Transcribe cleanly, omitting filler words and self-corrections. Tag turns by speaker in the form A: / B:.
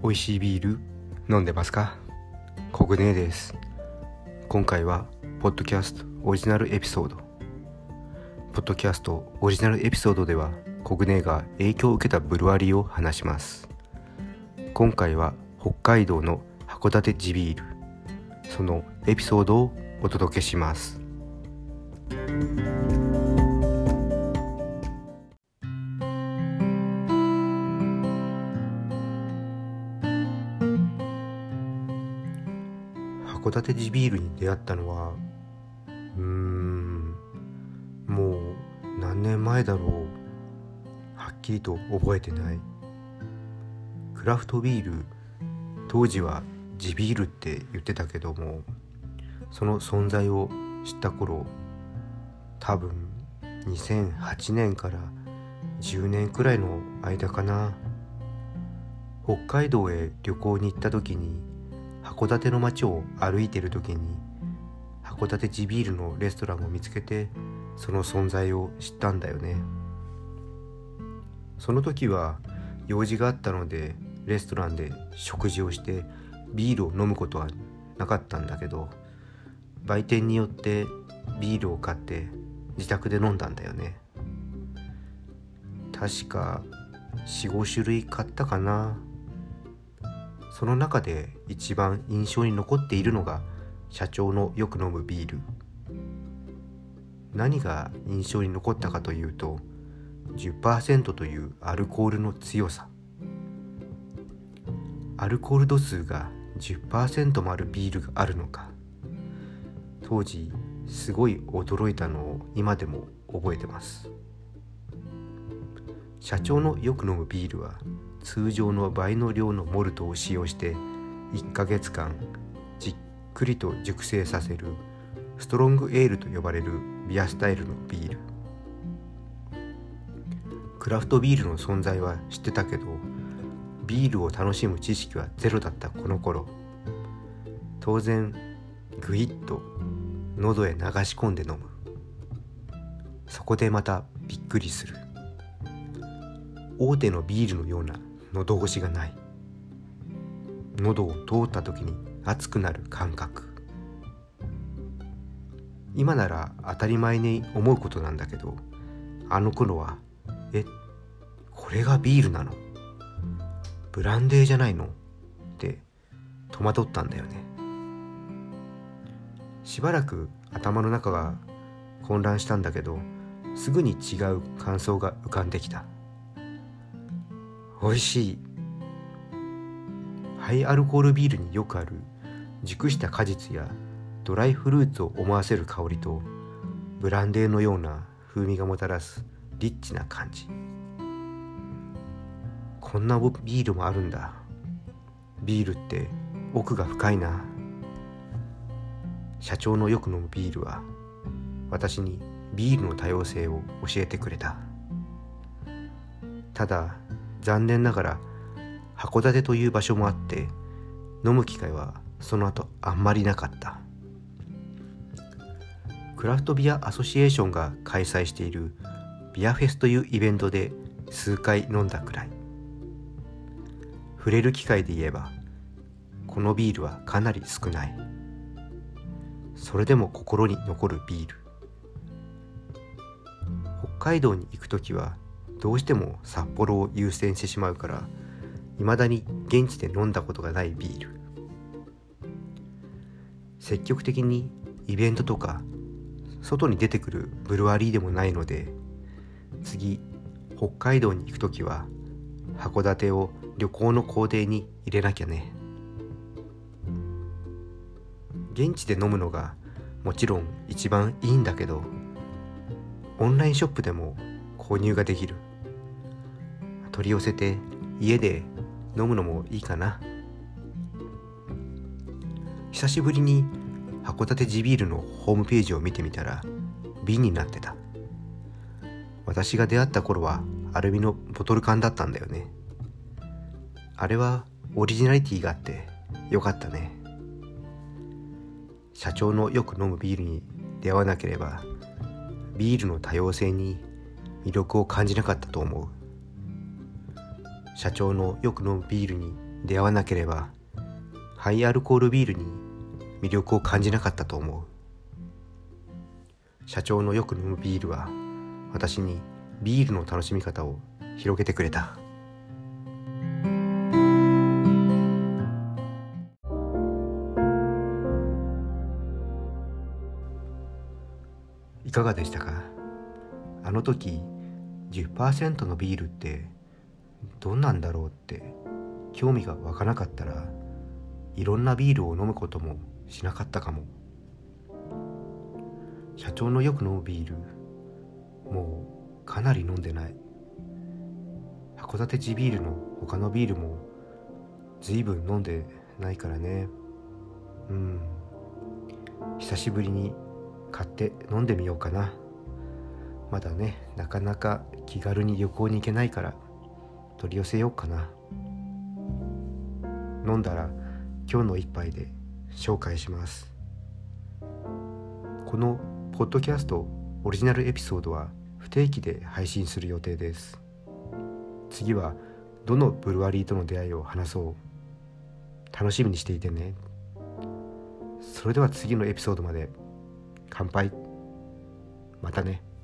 A: 美味しいビール飲んでますか？コグネです。今回はポッドキャストオリジナルエピソード。ポッドキャストオリジナルエピソードではコグネが影響を受けたブルワリーを話します。今回は北海道の函館地ビール、そのエピソードをお届けします。函館地ビールに出会ったのはもう何年前だろう。はっきりと覚えてない。クラフトビール、当時は地ビールって言ってたけども、その存在を知った頃、多分2008年から10年くらいの間かな。北海道へ旅行に行った時に、函館の街を歩いている時に函館地ビールのレストランを見つけて、その存在を知ったんだよね。その時は用事があったのでレストランで食事をしてビールを飲むことはなかったんだけど、売店によってビールを買って自宅で飲んだんだよね。確か 4,5 種類買ったかな。その中で一番印象に残っているのが社長のよく飲むビール。何が印象に残ったかというと、 10% というアルコールの強さ。アルコール度数が 10% もあるビールがあるのか。当時すごい驚いたのを今でも覚えてます。社長のよく飲むビールは通常の倍の量のモルトを使用して1ヶ月間じっくりと熟成させるストロングエールと呼ばれるビアスタイルのビール。クラフトビールの存在は知ってたけど、ビールを楽しむ知識はゼロだったこの頃、当然グイッと喉へ流し込んで飲む。そこでまたびっくりする。大手のビールのような喉越しがない。喉を通った時に熱くなる感覚。今なら当たり前に思うことなんだけど、あの頃はこれがビールなの？ブランデーじゃないの？って戸惑ったんだよね。しばらく頭の中が混乱したんだけど、すぐに違う感想が浮かんできた。美味しい。ハイアルコールビールによくある熟した果実やドライフルーツを思わせる香りと、ブランデーのような風味がもたらすリッチな感じ。こんなビールもあるんだ。ビールって奥が深いな。社長のよく飲むビールは私にビールの多様性を教えてくれた。ただ残念ながら函館という場所もあって飲む機会はその後あんまりなかった。クラフトビアアソシエーションが開催しているビアフェスというイベントで数回飲んだくらい。触れる機会で言えばこのビールはかなり少ない。それでも心に残るビール。北海道に行くときはどうしても札幌を優先してしまうから、未だに現地で飲んだことがないビール。積極的にイベントとか外に出てくるブルワリーでもないので、次北海道に行くときは函館を旅行の行程に入れなきゃね。現地で飲むのがもちろん一番いいんだけど、オンラインショップでも購入ができる。取り寄せて家で飲むのもいいかな。久しぶりに函館地ビールのホームページを見てみたら瓶になってた。私が出会った頃はアルミのボトル缶だったんだよね。あれはオリジナリティがあってよかったね。社長のよく飲むビールに出会わなければビールの多様性に魅力を感じなかったと思う。社長のよく飲むビールに出会わなければハイアルコールビールに魅力を感じなかったと思う。社長のよく飲むビールは私にビールの楽しみ方を広げてくれた。いかがでしたか？あの時 10% のビールってどんなんだろうって興味が湧かなかったら、いろんなビールを飲むこともしなかったかも。社長のよく飲むビール、もうかなり飲んでない。函館地ビールの他のビールも随分飲んでないからね。久しぶりに買って飲んでみようかな。まだね、なかなか気軽に旅行に行けないから取り寄せようかな。飲んだら今日の一杯で紹介します。このポッドキャストオリジナルエピソードは不定期で配信する予定です。次はどのブルワリーとの出会いを話そう。楽しみにしていてね。それでは次のエピソードまで。乾杯。またね。